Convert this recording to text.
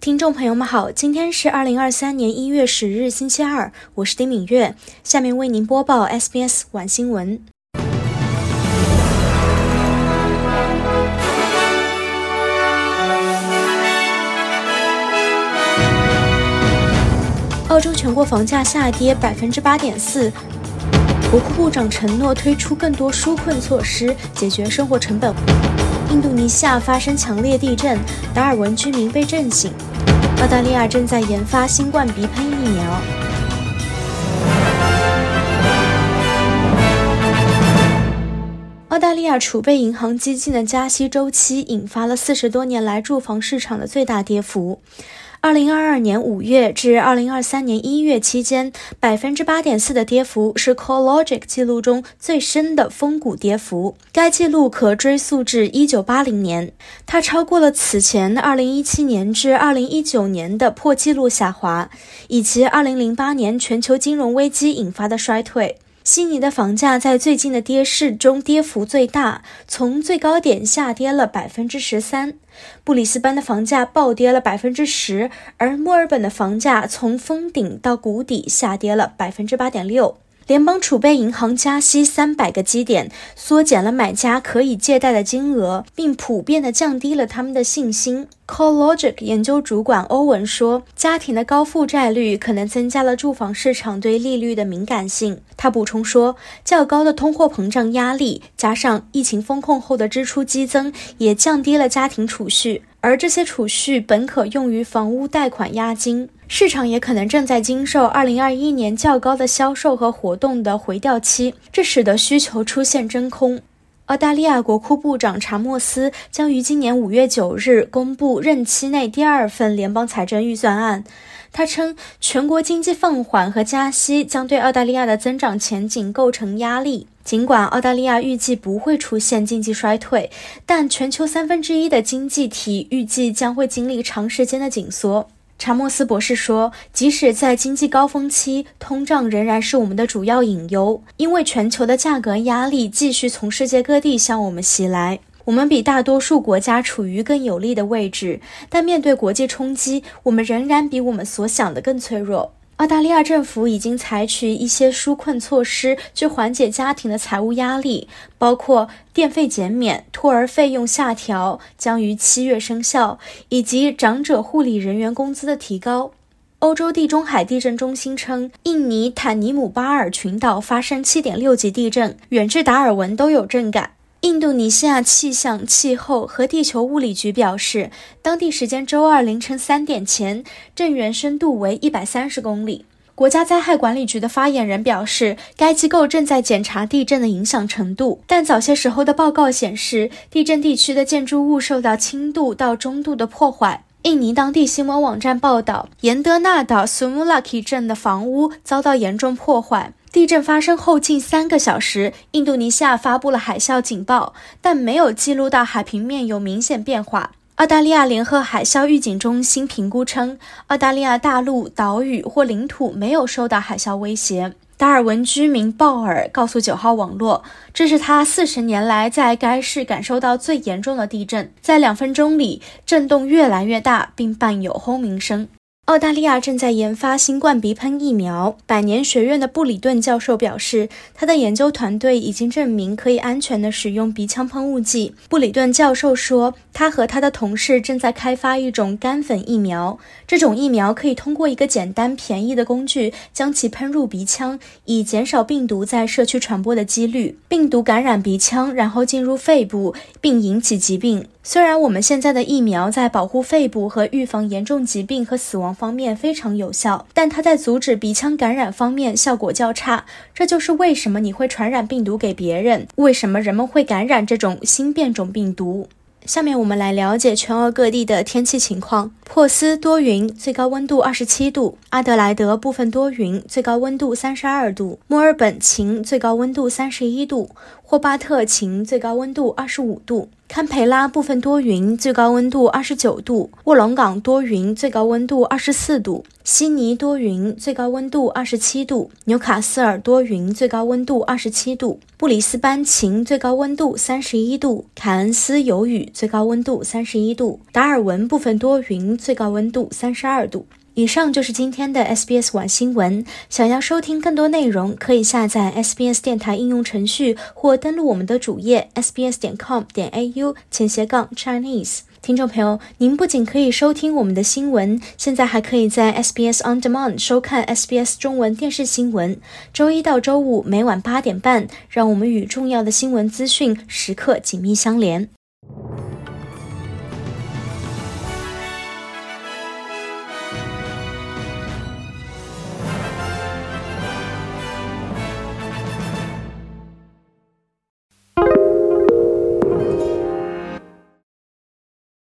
听众朋友们好，今天是2023年1月10日星期二，我是丁敏月，下面为您播报 SBS 晚新闻。澳洲全国房价下跌 8.4%， 国库部长承诺推出更多纾困措施，解决生活成本。印度尼西亚发生强烈地震，达尔文居民被震醒。澳大利亚正在研发新冠鼻喷疫苗。澳大利亚储备银行激进的加息周期引发了40多年来住房市场的最大跌幅。2022年5月至2023年1月期间 8.4% 的跌幅是 CoreLogic 记录中最深的峰谷跌幅，该记录可追溯至1980年，它超过了此前2017年至2019年的破纪录下滑，以及2008年全球金融危机引发的衰退。悉尼的房价在最近的跌势中跌幅最大，从最高点下跌了 13%。布里斯班的房价暴跌了 10%， 而墨尔本的房价从峰顶到谷底下跌了 8.6%。联邦储备银行加息300个基点，缩减了买家可以借贷的金额，并普遍地降低了他们的信心。CoreLogic 研究主管欧文说，家庭的高负债率可能增加了住房市场对利率的敏感性。他补充说，较高的通货膨胀压力加上疫情封控后的支出激增，也降低了家庭储蓄，而这些储蓄本可用于房屋贷款押金。市场也可能正在经受2021年较高的销售和活动的回调期，这使得需求出现真空。澳大利亚国库部长查莫斯将于今年5月9日公布任期内第二份联邦财政预算案。他称，全国经济放缓和加息将对澳大利亚的增长前景构成压力。尽管澳大利亚预计不会出现经济衰退，但全球1/3的经济体预计将会经历长时间的紧缩。查莫斯博士说，即使在经济高峰期，通胀仍然是我们的主要隐忧，因为全球的价格压力继续从世界各地向我们袭来。我们比大多数国家处于更有利的位置，但面对国际冲击，我们仍然比我们所想的更脆弱。澳大利亚政府已经采取一些纾困措施去缓解家庭的财务压力，包括电费减免、托儿费用下调将于7月生效，以及长者护理人员工资的提高。欧洲地中海地震中心称，印尼坦尼姆巴尔群岛发生 7.6 级地震，远至达尔文都有震感。印度尼西亚气象、气候和地球物理局表示，当地时间周二凌晨3点前，震源深度为130公里。国家灾害管理局的发言人表示，该机构正在检查地震的影响程度，但早些时候的报告显示，地震地区的建筑物受到轻度到中度的破坏。印尼当地新闻网站报道，延德纳岛苏穆拉基镇的房屋遭到严重破坏。地震发生后近3个小时，印度尼西亚发布了海啸警报，但没有记录到海平面有明显变化。澳大利亚联合海啸预警中心评估称，澳大利亚大陆、岛屿或领土没有受到海啸威胁。达尔文居民鲍尔告诉9号网络，这是他40年来在该市感受到最严重的地震，在2分钟里震动越来越大，并伴有轰鸣声。澳大利亚正在研发新冠鼻喷疫苗。百年学院的布里顿教授表示，他的研究团队已经证明可以安全地使用鼻腔喷雾剂。布里顿教授说，他和他的同事正在开发一种干粉疫苗，这种疫苗可以通过一个简单便宜的工具将其喷入鼻腔，以减少病毒在社区传播的几率。病毒感染鼻腔，然后进入肺部，并引起疾病。虽然我们现在的疫苗在保护肺部和预防严重疾病和死亡方面非常有效，但它在阻止鼻腔感染方面效果较差。这就是为什么你会传染病毒给别人，为什么人们会感染这种新变种病毒。下面我们来了解全澳各地的天气情况。珀斯多云，最高温度27度；阿德莱德部分多云，最高温度32度；墨尔本晴，最高温度31度；霍巴特晴，最高温度25度； 堪培拉部分多云，最高温度29度；卧龙岗多云，最高温度24度；悉尼多云，最高温度27度；纽卡斯尔多云，最高温度27度；布里斯班晴，最高温度31度；凯恩斯有雨，最高温度31度；达尔文部分多云，最高温度32度。以上就是今天的 SBS 晚新闻。想要收听更多内容，可以下载 SBS 电台应用程序或登录我们的主页 sbs.com.au/Chinese。听众朋友，您不仅可以收听我们的新闻，现在还可以在 SBS On Demand 收看 SBS 中文电视新闻。周一到周五每晚8点半，让我们与重要的新闻资讯时刻紧密相连。